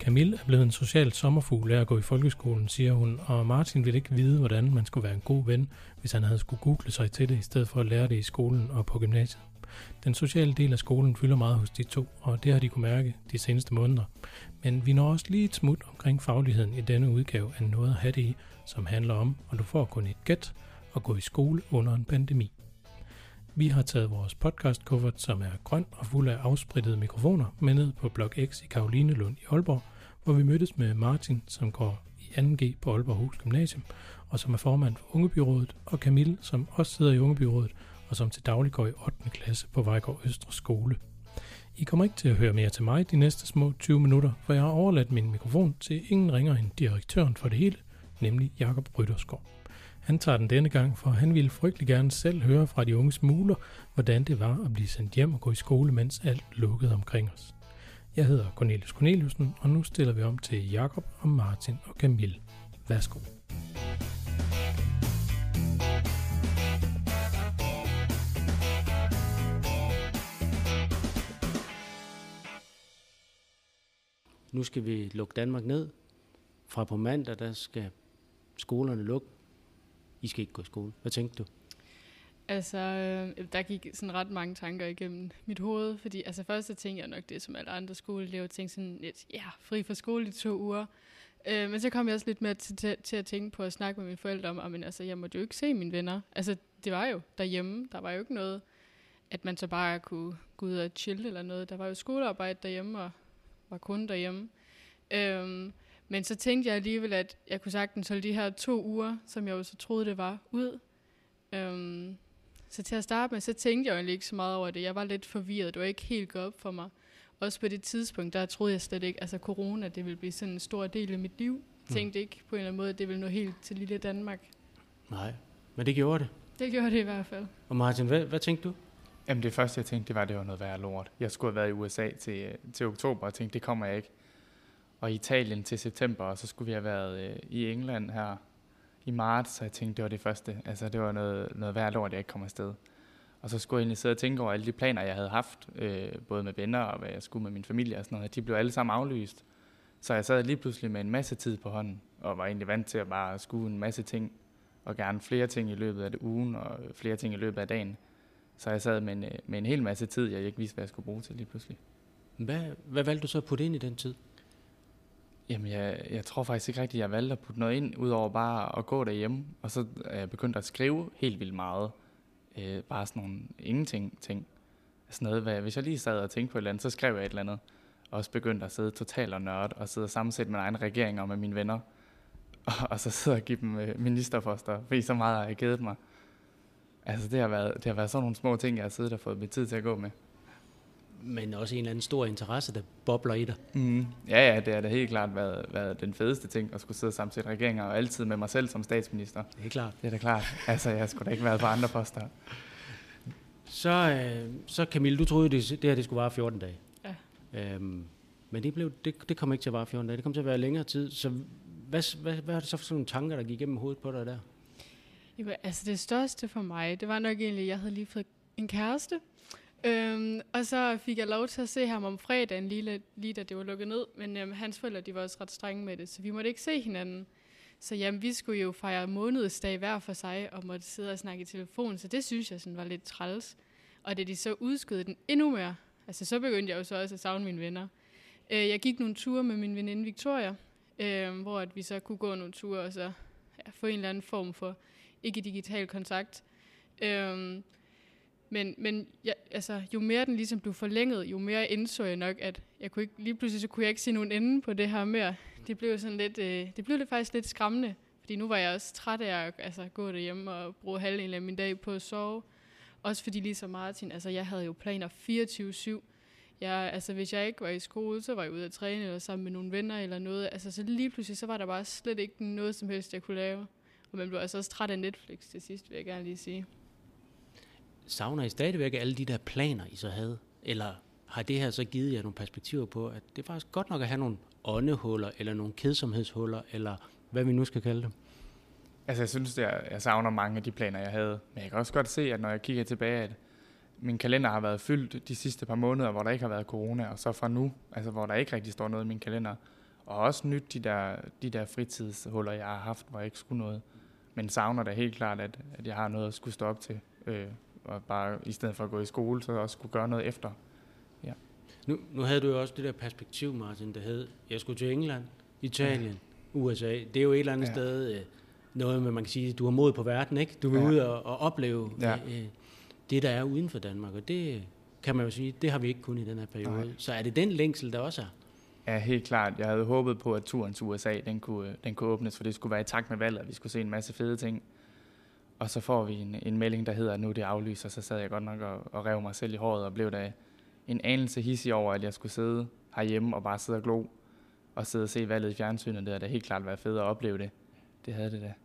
Camille er blevet en social sommerfugl af at gå i folkeskolen, siger hun, og Martin ville ikke vide, hvordan man skulle være en god ven, hvis han havde skulle google sig til det, i stedet for at lære det i skolen og på gymnasiet. Den sociale del af skolen fylder meget hos de to, og det har de kunne mærke de seneste måneder. Men vi når også lige et smut omkring fagligheden i denne udgave af Noget at have det i, som handler om, og du får kun et gæt, at gå i skole under en pandemi. Vi har taget vores podcast-kuffert, som er grøn og fuld af afsprittede mikrofoner, med ned på Blok X i Karolinelund i Aalborg, hvor vi mødtes med Martin, som går i 2G på Aalborg Hus Gymnasium, og som er formand for Ungebyrådet, og Camille, som også sidder i Ungebyrådet, og som til daglig går i 8. klasse på Vejgaard Østre Skole. I kommer ikke til at høre mere til mig de næste små 20 minutter, for jeg har overladt min mikrofon til ingen ringer end direktøren for det hele, nemlig Jakob Ryttersgaard. Han tager den denne gang, for han ville frygtelig gerne selv høre fra de unges muler, hvordan det var at blive sendt hjem og gå i skole, mens alt lukkede omkring os. Jeg hedder Cornelius Corneliusen, og nu stiller vi om til Jakob og Martin og Camille. Værsgo. Nu skal vi lukke Danmark ned. Fra på mandag, der skal skolerne lukke. I skal ikke gå i skole. Hvad tænkte du? Altså, der gik sådan ret mange tanker igennem mit hoved, fordi altså først så tænkte jeg nok det, som alle andre skoleelever tænkte sådan lidt, fri fra skole i 2 uger. Men så kom jeg også lidt mere til at tænke på at snakke med mine forældre om, men altså, jeg måtte jo ikke se mine venner. Altså, det var jo derhjemme. Der var jo ikke noget, at man så bare kunne gå ud og chille eller noget. Der var jo skolearbejde derhjemme, og var kun derhjemme. Men så tænkte jeg alligevel, at jeg kunne sagtens holde de her 2 uger, som jeg jo så troede, det var, ud. Så til at starte med, så tænkte jeg jo egentlig ikke så meget over det. Jeg var lidt forvirret. Det var ikke helt gået op for mig. Også på det tidspunkt, der troede jeg slet ikke, altså corona, det ville blive sådan en stor del af mit liv. Jeg tænkte ikke på en eller anden måde, at det ville nå helt til lille Danmark. Nej, men det gjorde det. Det gjorde det i hvert fald. Og Martin, hvad tænkte du? Jamen det første, jeg tænkte, det var noget værre lort. Jeg skulle have været i USA til oktober, og tænkte, det kommer jeg ikke. Og i Italien til september, og så skulle vi have været i England her i marts, så jeg tænkte, det var det første. Altså det var noget værre lort, jeg ikke kom afsted. Og så skulle jeg egentlig sidde og tænke over alle de planer, jeg havde haft, både med venner og hvad jeg skulle med min familie og sådan noget, de blev alle sammen aflyst. Så jeg sad lige pludselig med en masse tid på hånden, og var egentlig vant til at bare skue en masse ting, og gerne flere ting i løbet af ugen, og flere ting i løbet af dagen. Så jeg sad med en hel masse tid, jeg ikke vidste, hvad jeg skulle bruge til lige pludselig. Hvad valgte du så at putte ind i den tid? Jamen, jeg tror faktisk ikke rigtigt, at jeg valgte at putte noget ind, udover bare at gå derhjemme. Og så er jeg begyndt at skrive helt vildt meget. Bare sådan nogle ingenting-ting. Sådan noget, hvis jeg lige sad og tænkte på et eller andet, så skrev jeg et eller andet. Og også begyndte at sidde totalt og nørde, og sidde og sammensætte mine egne regeringer med mine venner. Og så sidde og give dem ministerposter, fordi så meget har jeg givet mig. Altså, det har været sådan nogle små ting, jeg har siddet og fået mit tid til at gå med. Men også en eller anden stor interesse, der bobler i dig. Ja, det har da helt klart været den fedeste ting, at skulle sidde og sammensætte regeringer, og altid med mig selv som statsminister. Det er klart. Det er da klart. Altså, jeg skulle da ikke været på andre poster. Så Camille, du troede, det her det skulle vare 14 dage. Ja. Men det kom ikke til at vare 14 dage. Det kom til at være længere tid. Så hvad er det så for sådan nogle tanker, der gik igennem hovedet på dig der? Jamen, altså det største for mig, det var nok egentlig, at jeg havde lige fået en kæreste. Og så fik jeg lov til at se ham om fredagen, lige da det var lukket ned. Men hans forældre, de var også ret strenge med det, så vi måtte ikke se hinanden. Så vi skulle jo fejre månedsdag hver for sig, og måtte sidde og snakke i telefon, så det synes jeg sådan var lidt træls. Og da de så udskød den endnu mere, altså så begyndte jeg jo så også at savne mine venner. Jeg gik nogle ture med min veninde Victoria, hvor at vi så kunne gå nogle ture og så få en eller anden form for ikke-digital kontakt. Men altså, jo mere den ligesom blev forlænget, jo mere indså jeg nok, at lige pludselig så kunne jeg ikke se nogen ende på det her mere. Det blev sådan lidt, faktisk lidt skræmmende, fordi nu var jeg også træt af at gå derhjemme og bruge halvdelen af min dag på at sove. Også fordi ligesom Martin, altså jeg havde jo planer 24/7. Hvis jeg ikke var i skole, så var jeg ude at træne eller sammen med nogle venner eller noget. Altså så lige pludselig, så var der bare slet ikke noget som helst, jeg kunne lave. Og man blev altså også træt af Netflix til sidst, vil jeg gerne lige sige. Savner I stadigvæk alle de der planer, I så havde? Eller har det her så givet jer nogle perspektiver på, at det er faktisk godt nok at have nogle åndehuller, eller nogle kedsomhedshuller, eller hvad vi nu skal kalde dem? Altså jeg synes, jeg savner mange af de planer, jeg havde. Men jeg kan også godt se, at når jeg kigger tilbage, at min kalender har været fyldt de sidste par måneder, hvor der ikke har været corona, og så fra nu, altså hvor der ikke rigtig står noget i min kalender. Og også nyt de der fritidshuller, jeg har haft, hvor jeg ikke skulle noget. Men savner da helt klart, at jeg har noget at skulle stå op til. Og bare i stedet for at gå i skole, så også skulle gøre noget efter. Ja. Nu havde du jo også det der perspektiv, Martin, der hed, jeg skulle til England, Italien, USA. Det er jo et eller andet sted noget med, man kan sige, du har mod på verden, ikke? Du vil ud og opleve det, der er uden for Danmark. Og det kan man jo sige, det har vi ikke kun i den her periode. Nej. Så er det den længsel, der også er? Ja, helt klart. Jeg havde håbet på, at turen til USA, den kunne åbnes, for det skulle være i takt med valget, at vi skulle se en masse fede ting. Og så får vi en melding, der hedder, at nu det aflyser, så sad jeg godt nok og rev mig selv i håret, og blev da en anelse hissig over, at jeg skulle sidde herhjemme og bare sidde og glo, og sidde og se valget i fjernsynet. Det havde da helt klart været fedt at opleve det. Det havde det da.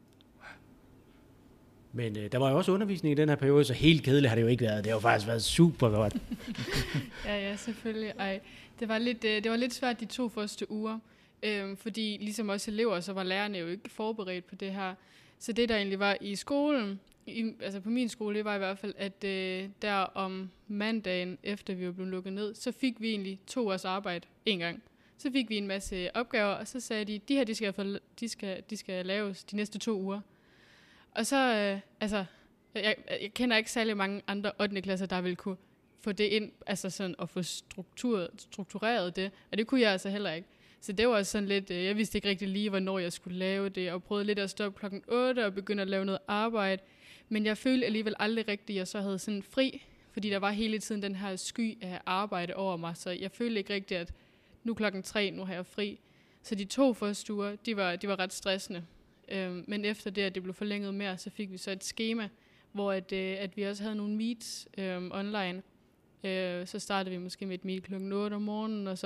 Men der var jo også undervisning i den her periode, så helt kedeligt har det jo ikke været. Det har jo faktisk været super godt. Ja, selvfølgelig. Det var lidt svært de 2 første uger, fordi ligesom også elever, så var lærerne jo ikke forberedt på det her. Så det, der egentlig var i skolen, altså på min skole, det var i hvert fald, at der om mandagen, efter vi var blevet lukket ned, så fik vi egentlig 2 års arbejde en gang. Så fik vi en masse opgaver, og så sagde de her de skal laves de næste 2 uger. Og så, jeg kender ikke særlig mange andre 8. klasser, der vil kunne få det ind, altså sådan at få struktureret det, og det kunne jeg altså heller ikke. Så det var sådan lidt, jeg vidste ikke rigtig lige, hvornår jeg skulle lave det, og prøvede lidt at stoppe klokken 8 og begynde at lave noget arbejde. Men jeg følte alligevel aldrig rigtigt, at jeg så havde sådan fri, fordi der var hele tiden den her sky af arbejde over mig, så jeg følte ikke rigtigt, at nu klokken 3, nu har jeg fri. Så de 2 første uger, de var ret stressende. Men efter det, at det blev forlænget mere, så fik vi så et schema, hvor at vi også havde nogle meets online. Så startede vi måske med et meet klokken 8 om morgenen, og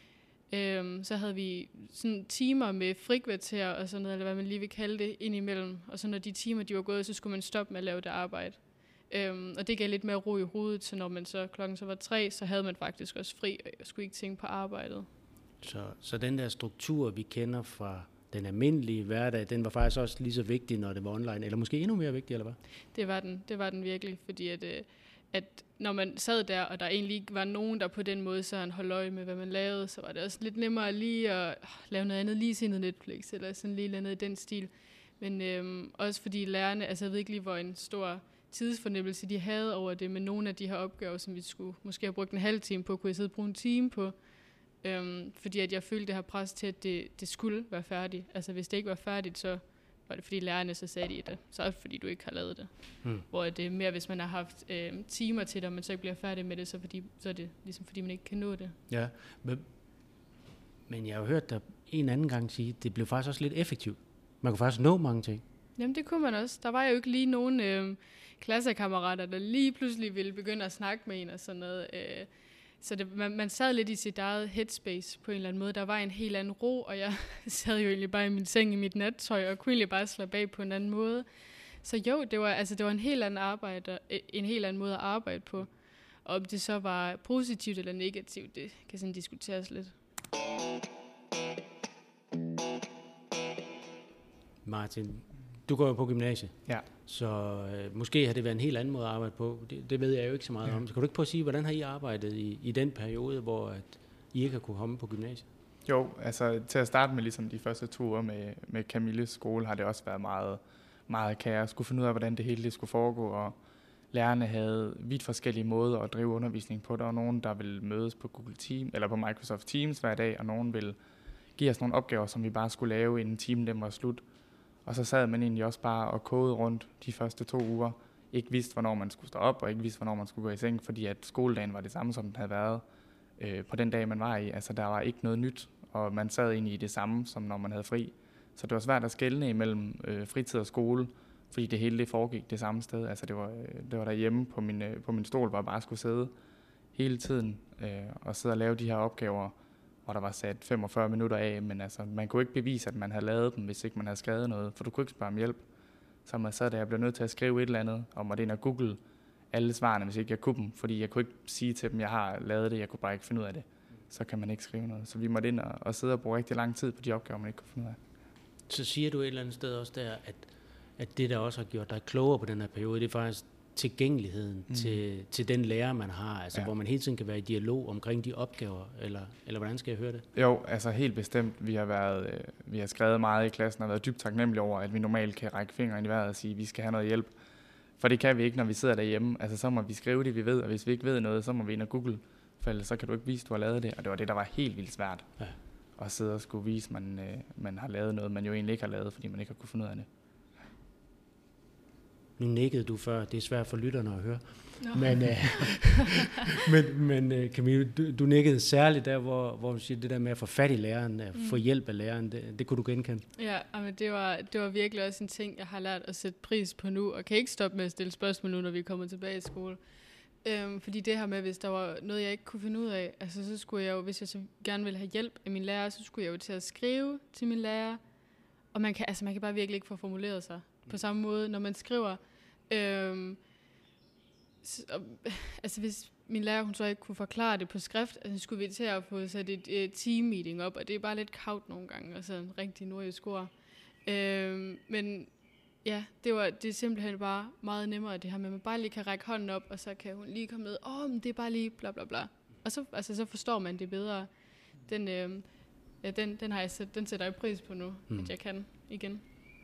så havde vi sådan timer med frikvarter og sådan noget, eller hvad man lige vil kalde det, indimellem. Og så når de timer, de var gået, så skulle man stoppe med at lave det arbejde. Og det gav lidt mere ro i hovedet, så når man så klokken så var 3, så havde man faktisk også fri, og jeg skulle ikke tænke på arbejdet. Så den der struktur, vi kender fra den almindelige hverdag, den var faktisk også lige så vigtig, når det var online, eller måske endnu mere vigtig, eller hvad? Det var den virkelig, fordi at når man sad der, og der egentlig ikke var nogen, der på den måde så han holdt øje med, hvad man lavede, så var det også lidt nemmere lige at lave noget andet, lige se noget Netflix, eller sådan lige noget i den stil. Men også fordi lærerne, altså jeg ved ikke lige, hvor en stor tidsfornemmelse de havde over det, men nogle af de her opgaver, som vi skulle måske have brugt en halv time på, kunne jeg sidde og bruge en time på. Fordi at jeg følte det her pres til, at det skulle være færdigt. Altså hvis det ikke var færdigt, så var det fordi lærerne så sagde de det. Så er det fordi du ikke har lavet det. Hvor det er mere, hvis man har haft timer til det, og man så ikke bliver færdig med det, så er det ligesom fordi man ikke kan nå det. Ja, men jeg har jo hørt dig en anden gang sige, at det blev faktisk også lidt effektivt. Man kunne faktisk nå mange ting. Jamen det kunne man også. Der var jo ikke lige nogen klassekammerater, der lige pludselig ville begynde at snakke med en og sådan noget. Så man sad lidt i sit eget headspace på en eller anden måde. Der var en helt anden ro, og jeg sad jo egentlig bare i min seng i mit nattøj, og kunne egentlig bare slappe af på en anden måde. Så jo, det var en helt anden måde at arbejde på. Og om det så var positivt eller negativt, det kan sådan diskuteres lidt. Martin, du går jo på gymnasiet. Ja. Så måske har det været en helt anden måde at arbejde på. Det ved jeg jo ikke så meget om. Så kan du ikke prøve at sige, hvordan har I arbejdet i den periode, hvor at I ikke har kunne komme på gymnasiet? Jo, altså til at starte med ligesom de første 2 uger med Camilles skole, har det også været meget, meget kaos. Skulle finde ud af, hvordan det hele skulle foregå, og lærerne havde vidt forskellige måder at drive undervisning på. Der var nogen, der ville mødes på Google Teams eller på Microsoft Teams hver dag, og nogen ville give os nogle opgaver, som vi bare skulle lave, inden timen den var slut. Og så sad man egentlig også bare og kodede rundt de første 2 uger. Ikke vidste, hvornår man skulle stå op, og ikke vidste, hvornår man skulle gå i seng, fordi at skoledagen var det samme, som den havde været på den dag, man var i. Altså, der var ikke noget nyt, og man sad egentlig i det samme, som når man havde fri. Så det var svært at skelne imellem fritid og skole, fordi det hele det foregik det samme sted. Altså, det var derhjemme på min stol, hvor jeg bare skulle sidde hele tiden og sidde og lave de her opgaver, hvor der var sat 45 minutter af, men altså, man kunne ikke bevise, at man havde lavet dem, hvis ikke man havde skrevet noget, for du kunne ikke spørge om hjælp. Så man sad der, jeg blev nødt til at skrive et eller andet, og måtte ind og google alle svarene, hvis ikke jeg kunne dem, fordi jeg kunne ikke sige til dem, jeg har lavet det, jeg kunne bare ikke finde ud af det. Så kan man ikke skrive noget. Så vi måtte ind og sidde og bruge rigtig lang tid på de opgaver, man ikke kunne finde ud af. Så siger du et eller andet sted også der, at det, der også har gjort dig klogere på den her periode, det er faktisk tilgængeligheden til den lærer, man har, altså hvor man hele tiden kan være i dialog omkring de opgaver, eller hvordan skal jeg høre det? Jo, altså helt bestemt. Vi har skrevet meget i klassen og været dybt taknemmelige over, at vi normalt kan række fingeren i vejret og sige, at vi skal have noget hjælp. For det kan vi ikke, når vi sidder derhjemme. Altså så må vi skrive det, vi ved, og hvis vi ikke ved noget, så må vi ind og google, for ellers så kan du ikke vise, at du har lavet det. Og det var det, der var helt vildt svært. Ja. At sidde og skulle vise, at man har lavet noget, man jo egentlig ikke har lavet, fordi man ikke har kunnet finde ud af det. Nu nikkede du før, det er svært for lytterne at høre. No. Men Camille, du nikkede særligt der, hvor du siger det der med at få fat i læreren, at få hjælp af læreren, det kunne du genkende. Ja, men det var virkelig også en ting, jeg har lært at sætte pris på nu, og kan ikke stoppe med at stille spørgsmål nu, når vi kommer tilbage i skole. Fordi det her med, hvis der var noget, jeg ikke kunne finde ud af, altså så skulle jeg jo, hvis jeg så gerne ville have hjælp af min lærer, så skulle jeg jo til at skrive til min lærer, og man kan bare virkelig ikke få formuleret sig på samme måde, når man skriver. Altså hvis min lærer, hun så ikke kunne forklare det på skrift, så skulle vi til at få sat et team-meeting op, og det er bare lidt kaut nogle gange, altså en rigtig nordjysk ord. Men ja, det er simpelthen bare meget nemmere, det her med, at man bare lige kan række hånden op, og så kan hun lige komme med, men det er bare lige bla bla bla. Og så forstår man det bedre. Den sætter jeg pris på nu, at jeg kan igen.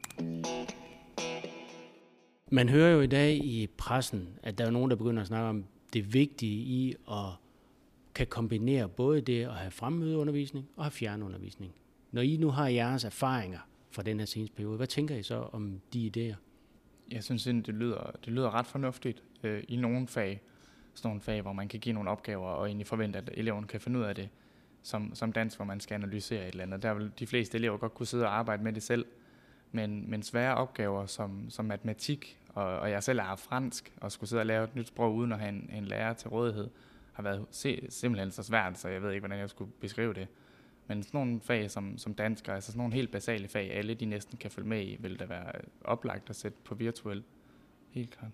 Man hører jo i dag i pressen, at der er nogen, der begynder at snakke om det vigtige i at kan kombinere både det at have fremmødeundervisning og have fjernundervisning. Når I nu har jeres erfaringer fra den her seneste periode, hvad tænker I så om de idéer? Jeg synes, det lyder ret fornuftigt i nogle fag. Sådan nogle fag, hvor man kan give nogle opgaver og egentlig forvente, at eleverne kan finde ud af det. Som dansk, hvor man skal analysere et eller andet. Der vil de fleste elever godt kunne sidde og arbejde med det selv. Men svære opgaver som matematik, og jeg selv har fransk, og skulle sidde og lave et nyt sprog uden at have en lærer til rådighed, har været simpelthen så svært, så jeg ved ikke, hvordan jeg skulle beskrive det. Men sådan nogle fag som dansk, altså sådan nogle helt basale fag, alle de næsten kan følge med i, vil det være oplagt at sætte på virtuel. Helt klart.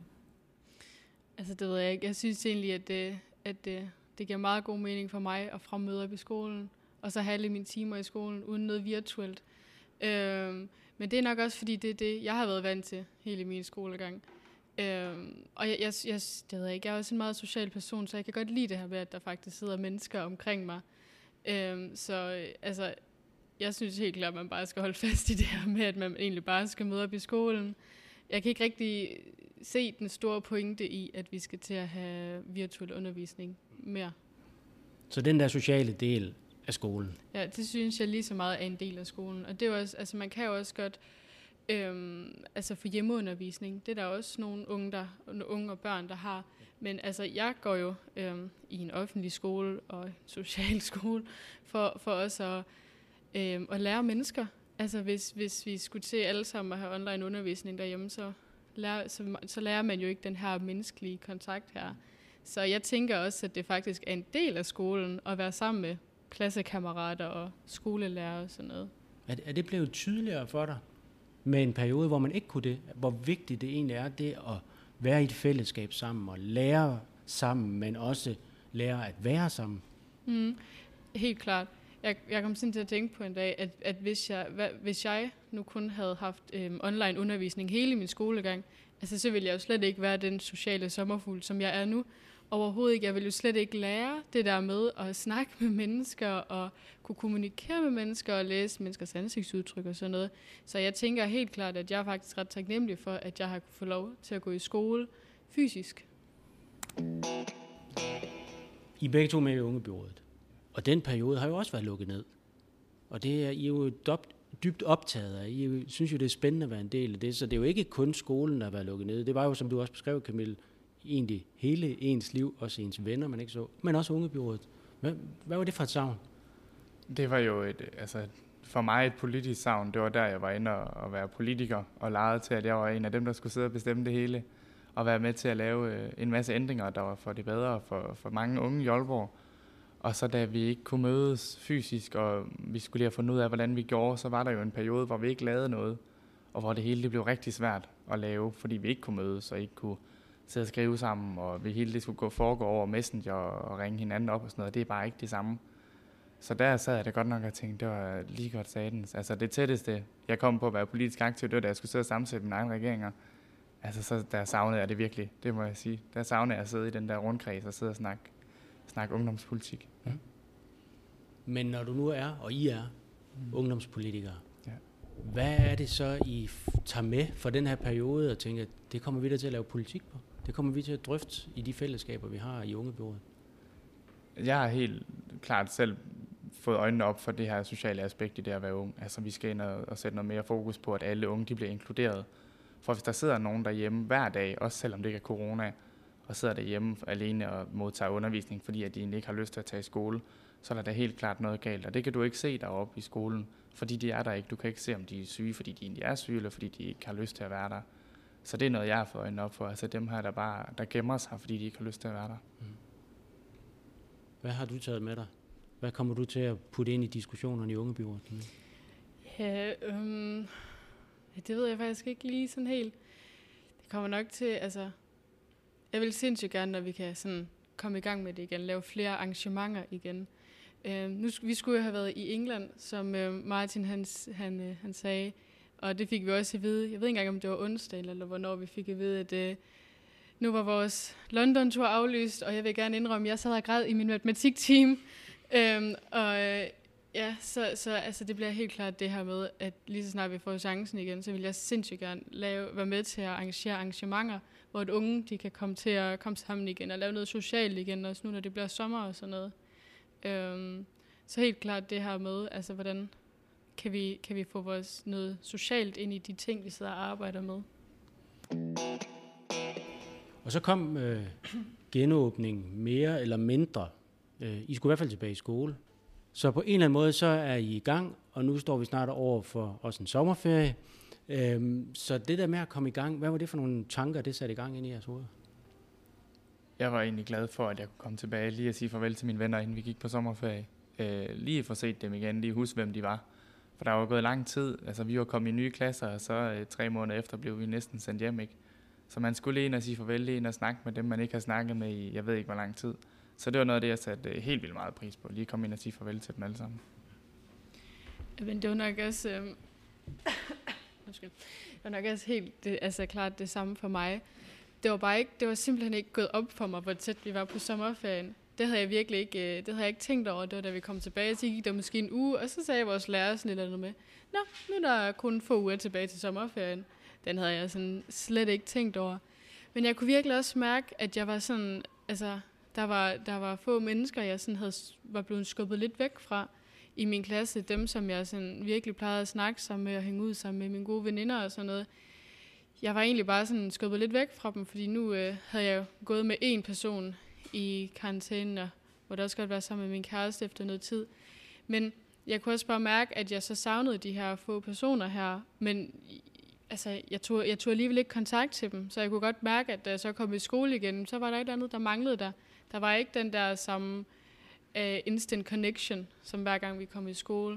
Altså det ved jeg ikke. Jeg synes egentlig, at det giver meget god mening for mig at fremmøde op i skolen, og så have alle mine timer i skolen uden noget virtuelt. Men det er nok også, fordi det er det, jeg har været vant til hele min skolegang. Og det ved jeg ikke, jeg er også en meget social person, så jeg kan godt lide det her med, at der faktisk sidder mennesker omkring mig. Altså, jeg synes helt klart, at man bare skal holde fast i det her med, at man egentlig bare skal møde op i skolen. Jeg kan ikke rigtig se den store pointe i, at vi skal til at have virtuel undervisning mere. Så den der sociale del af skolen? Ja, det synes jeg lige så meget er en del af skolen. Og det er også, altså man kan jo også godt få hjemmeundervisning. Det er der også nogle unge og børn, der har. Men altså, jeg går jo i en offentlig skole og en social skole for også at lære mennesker. Altså hvis vi skulle til alle sammen at have online undervisning derhjemme, så lærer man jo ikke den her menneskelige kontakt her. Så jeg tænker også, at det faktisk er en del af skolen at være sammen med klassekammerater og skolelærer og sådan noget. Er det blevet tydeligere for dig med en periode, hvor man ikke kunne det? Hvor vigtigt det egentlig er, det at være i et fællesskab sammen og lære sammen, men også lære at være sammen? Helt klart. Jeg kom sådan til at tænke på en dag, at hvis jeg nu kun havde haft online undervisning hele min skolegang, altså så ville jeg jo slet ikke være den sociale sommerfugl, som jeg er nu. Overhovedet ikke. Jeg ville jo slet ikke lære det der med at snakke med mennesker og kunne kommunikere med mennesker og læse menneskers ansigtsudtryk og sådan noget. Så jeg tænker helt klart, at jeg er faktisk ret taknemmelig for, at jeg har kunnet få lov til at gå i skole fysisk. I er begge to med i Ungebyrådet. Og den periode har jo også været lukket ned. Og det er I jo dybt optaget af. I synes jo, det er spændende at være en del af det. Så det er jo ikke kun skolen, der har været lukket ned. Det var jo, som du også beskrev, Camille, egentlig hele ens liv, også ens venner, man ikke så, men også Ungebyrådet. Hvad var det for et savn? Det var jo for mig et politisk savn. Det var der, jeg var inde og være politiker, og legede til, at jeg var en af dem, der skulle sidde og bestemme det hele, og være med til at lave en masse ændringer, der var for det bedre for mange unge i Aalborg. Og så da vi ikke kunne mødes fysisk, og vi skulle lige have fundet ud af, hvordan vi gjorde, så var der jo en periode, hvor vi ikke lavede noget, og hvor det hele det blev rigtig svært at lave, fordi vi ikke kunne mødes og ikke kunne sidde og skrive sammen, og vi hele det skulle foregå over Messenger og ringe hinanden op og sådan noget. Det er bare ikke det samme. Så der sad jeg da godt nok og tænkte, det var lige godt satans. Altså det tætteste, jeg kom på at være politisk aktiv, det var da jeg skulle sidde og sammensætte mine egne regeringer. Altså, så der savnede jeg det virkelig, det må jeg sige. Der savnede jeg at sidde i den der rundkreds og sidde og snakke ungdomspolitik. Ja. Men når du nu er, og I er, ungdomspolitikere, ja. Hvad er det så, I tager med for den her periode og tænker, det kommer vi da til at lave politik på? Det kommer vi til at drøfte i de fællesskaber, vi har i ungebyrådet? Jeg har helt klart selv fået øjnene op for det her sociale aspekt i det at være ung. Altså, vi skal ind og sætte noget mere fokus på, at alle unge de bliver inkluderet. For hvis der sidder nogen derhjemme hver dag, også selvom det ikke er corona, og sidder derhjemme alene og modtager undervisning, fordi at de egentlig ikke har lyst til at tage i skole, så er der helt klart noget galt. Og det kan du ikke se deroppe i skolen, fordi de er der ikke. Du kan ikke se, om de er syge, fordi de egentlig er syge, eller fordi de ikke har lyst til at være der. Så det er noget, jeg har fået øjnene op for. Altså dem her, der gemmer sig, fordi de ikke har lyst til at være der. Hvad har du taget med dig? Hvad kommer du til at putte ind i diskussionerne i ungebyrådet? Ja, det ved jeg faktisk ikke lige sådan helt. Det kommer nok til, altså, jeg vil sindssygt gerne, når vi kan sådan komme i gang med det igen, lave flere arrangementer igen. Vi skulle jo have været i England, som Martin han sagde, og det fik vi også at vide. Jeg ved ikke engang, om det var onsdag, eller hvornår vi fik at vide, at nu var vores London-tur aflyst, og jeg vil gerne indrømme, at jeg sad og græd i min matematikteam. Ja, så altså, det bliver helt klart det her med, at lige så snart vi får chancen igen, så vil jeg sindssygt gerne være med til at arrangere arrangementer, hvor et unge de kan komme til at komme sammen igen og lave noget socialt igen, også nu når det bliver sommer og sådan noget. Så helt klart det her med, altså hvordan kan vi få vores noget socialt ind i de ting, vi sidder og arbejder med. Og så kom genåbningen mere eller mindre. I skulle i hvert fald tilbage i skole. Så på en eller anden måde, så er I i gang, og nu står vi snart over for også en sommerferie. Så det der med at komme i gang, hvad var det for nogle tanker, det satte i gang ind i jeres hoved? Jeg var egentlig glad for, at jeg kunne komme tilbage lige at sige farvel til mine venner, inden vi gik på sommerferie. Lige for set dem igen, lige huske, hvem de var. For der var gået lang tid. Altså, vi var kommet i nye klasser, og så 3 måneder efter blev vi næsten sendt hjem, ikke? Så man skulle lige ind og sige farvel, lige ind og snakke med dem, man ikke har snakket med i, jeg ved ikke, hvor lang tid. Så det var noget af det, jeg satte helt vildt meget pris på. Lige komme ind og sige farvel til dem alle sammen. Men det var nok også, det var nok også helt klart det samme for mig. Det var simpelthen ikke gået op for mig, hvor tæt vi var på sommerferien. Det havde jeg virkelig ikke, ikke tænkt over. Det var da vi kom tilbage, så gik der måske en uge, og så sagde vores lærer sådan lidt noget med, nå, nu er der kun få uger tilbage til sommerferien. Den havde jeg sådan slet ikke tænkt over. Men jeg kunne virkelig også mærke, at jeg var sådan, altså, der var få mennesker, jeg sådan var blevet skubbet lidt væk fra i min klasse. Dem, som jeg sådan virkelig plejede at snakke sammen med og hænge ud sammen med mine gode veninder og sådan noget. Jeg var egentlig bare sådan skubbet lidt væk fra dem, fordi nu havde jeg gået med én person i karantænen, hvor der også godt være sammen med min kæreste efter noget tid. Men jeg kunne også bare mærke, at jeg så savnede de her få personer her, men altså, jeg tog alligevel ikke kontakt til dem, så jeg kunne godt mærke, at da jeg så kom i skole igen, så var der et eller andet, der manglede der. Der var ikke den der samme instant connection, som hver gang vi kom i skole.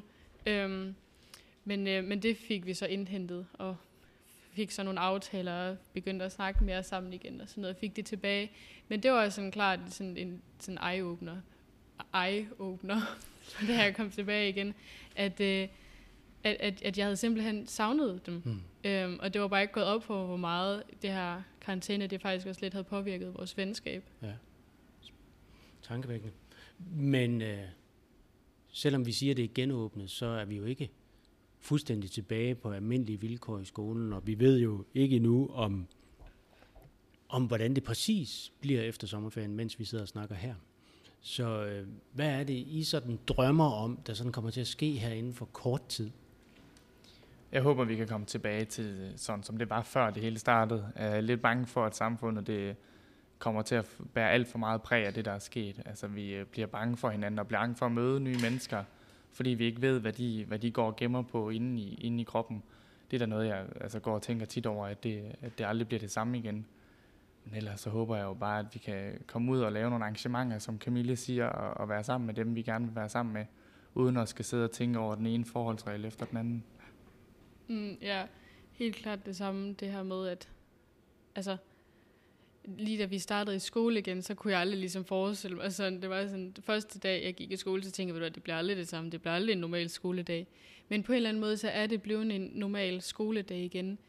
Men det fik vi så indhentet, og fik så nogle aftaler og begyndte at snakke mere sammen igen og sådan noget, fik det tilbage. Men det var sådan klart sådan en sådan eye-opener, da jeg kom tilbage igen, at jeg havde simpelthen savnet dem. Og det var bare ikke gået op på, hvor meget det her karantæne, det faktisk også lidt havde påvirket vores venskab. Ja, tankevækkende. Men selvom vi siger, at det er genåbnet, så er vi jo ikke fuldstændig tilbage på almindelige vilkår i skolen, og vi ved jo ikke endnu om hvordan det præcis bliver efter sommerferien, mens vi sidder og snakker her. Så hvad er det, I sådan drømmer om, der sådan kommer til at ske her inden for kort tid? Jeg håber, vi kan komme tilbage til sådan, som det var før det hele startede. Jeg er lidt bange for, at samfundet det kommer til at bære alt for meget præg af det, der er sket. Altså, vi bliver bange for hinanden og bliver bange for at møde nye mennesker, fordi vi ikke ved, hvad de går og gemmer på inde i kroppen. Det er da noget, jeg går og tænker tit over, at det aldrig bliver det samme igen. Men ellers så håber jeg jo bare, at vi kan komme ud og lave nogle arrangementer, som Camille siger, og være sammen med dem, vi gerne vil være sammen med, uden at skal sidde og tænke over den ene forholdsregel efter den anden. Ja, helt klart det samme, det her med, at altså, lige da vi startede i skole igen, så kunne jeg aldrig ligesom forestille mig, altså, det var sådan, det første dag, jeg gik i skole, så tænkte jeg, at det bliver aldrig det samme, det bliver aldrig en normal skoledag. Men på en eller anden måde, så er det blevet en normal skoledag igen.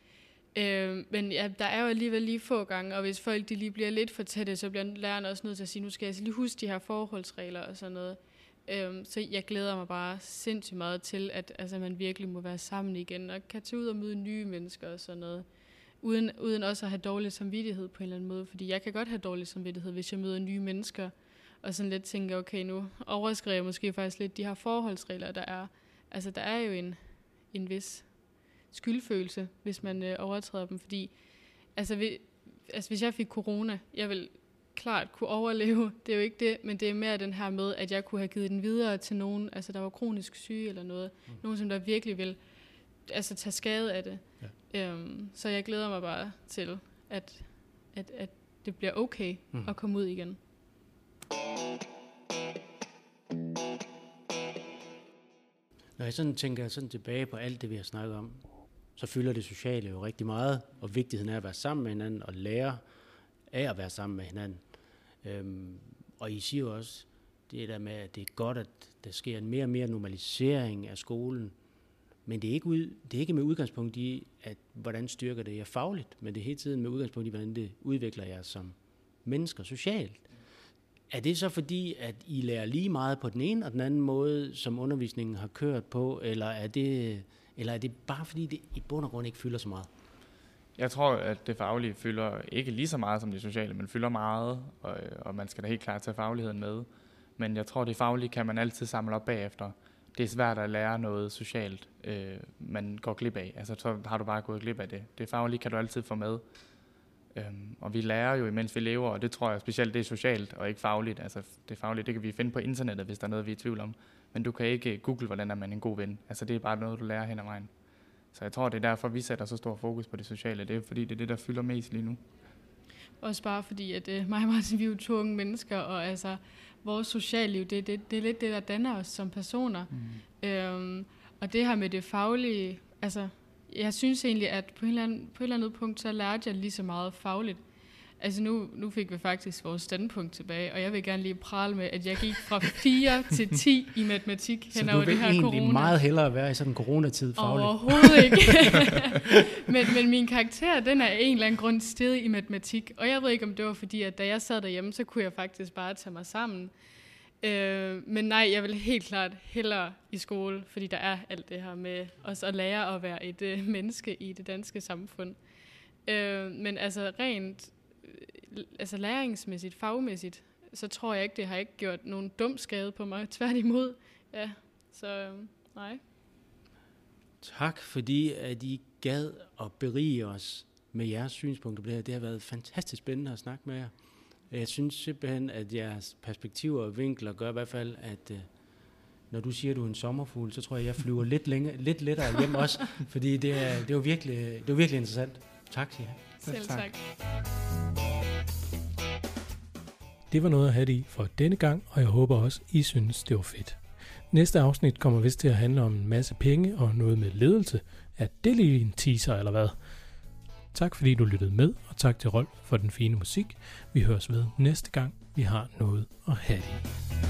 Men ja, der er jo alligevel lige få gange, og hvis folk de lige bliver lidt for tætte, så bliver læreren også nødt til at sige, nu skal jeg lige huske de her forholdsregler og sådan noget. Så jeg glæder mig bare sindssygt meget til, at altså, man virkelig må være sammen igen, og kan tage ud og møde nye mennesker og sådan noget. Uden også at have dårlig samvittighed på en eller anden måde, fordi jeg kan godt have dårlig samvittighed, hvis jeg møder nye mennesker, og sådan lidt tænker, okay, nu overskriver jeg måske faktisk lidt de her forholdsregler, der er. Altså, der er jo en vis skyldfølelse, hvis man overtræder dem, fordi hvis jeg fik corona, jeg vil klart kunne overleve, det er jo ikke det, men det er mere den her med, at jeg kunne have givet den videre til nogen, altså der var kronisk syge eller noget, nogen som der virkelig vil altså tage skade af det. Ja. Så jeg glæder mig bare til, at det bliver okay at komme ud igen. Når jeg sådan tænker sådan tilbage på alt det, vi har snakket om, så fylder det sociale jo rigtig meget, og vigtigheden af at være sammen med hinanden, og lære af at være sammen med hinanden. Og I siger jo også, det der med, at det er godt, at der sker en mere og mere normalisering af skolen, men det er ikke med udgangspunkt i, at hvordan styrker det jer fagligt, men det er hele tiden med udgangspunkt i, hvordan det udvikler jer som mennesker socialt. Er det så fordi, at I lærer lige meget på den ene og den anden måde, som undervisningen har kørt på, eller er det bare fordi, det i bund og grund ikke fylder så meget? Jeg tror, at det faglige fylder ikke lige så meget som det sociale, men fylder meget, og man skal da helt klart tage fagligheden med. Men jeg tror, det faglige kan man altid samle op bagefter. Det er svært at lære noget socialt, man går glip af. Altså, så har du bare gået glip af det. Det faglige kan du altid få med. Og vi lærer jo, imens vi lever, og det tror jeg specielt, det er socialt og ikke fagligt. Altså, det faglige, det kan vi finde på internettet, hvis der er noget, vi er i tvivl om. Men du kan ikke google, hvordan er man en god ven. Altså, det er bare noget, du lærer hen ad vejen. Så jeg tror, det er derfor, vi sætter så stor fokus på det sociale. Det er fordi, det er det, der fylder mest lige nu. Også bare fordi, at mig og Martin, vi er jo 2 unge mennesker, og altså, vores socialliv, det er lidt det, der danner os som personer. Og det her med det faglige, altså, jeg synes egentlig, at på et eller andet punkt, så lærte jeg lige så meget fagligt. Altså nu fik vi faktisk vores standpunkt tilbage, og jeg vil gerne lige prale med, at jeg gik fra 4 til 10 i matematik hen over det her corona. Så du vil egentlig meget hellere være i sådan en coronatid fagligt? Overhovedet ikke. men min karakter, den er af en eller anden grund steget i matematik, og jeg ved ikke, om det var fordi, at da jeg sad derhjemme, så kunne jeg faktisk bare tage mig sammen. Men nej, jeg vil helt klart hellere i skole, fordi der er alt det her med også at lære at være et menneske i det danske samfund. Men altså rent læringsmæssigt, fagmæssigt, så tror jeg ikke, det har ikke gjort nogen dum skade på mig. Tværtimod. Ja, så nej. Tak fordi, at I gad at berige os med jeres synspunkter på det her. Det har været fantastisk spændende at snakke med jer. Jeg synes simpelthen, at jeres perspektiver og vinkler gør i hvert fald, at når du siger, at du er en sommerfugl, så tror jeg flyver lidt lettere hjem også, fordi det var virkelig interessant. Tak, siger jeg. Selv tak. Det var noget at have det i for denne gang, og jeg håber også, I synes, det var fedt. Næste afsnit kommer vist til at handle om en masse penge og noget med ledelse. Er det lige en teaser eller hvad? Tak fordi du lyttede med, og tak til Rolf for den fine musik. Vi høres ved næste gang, vi har noget at have det i.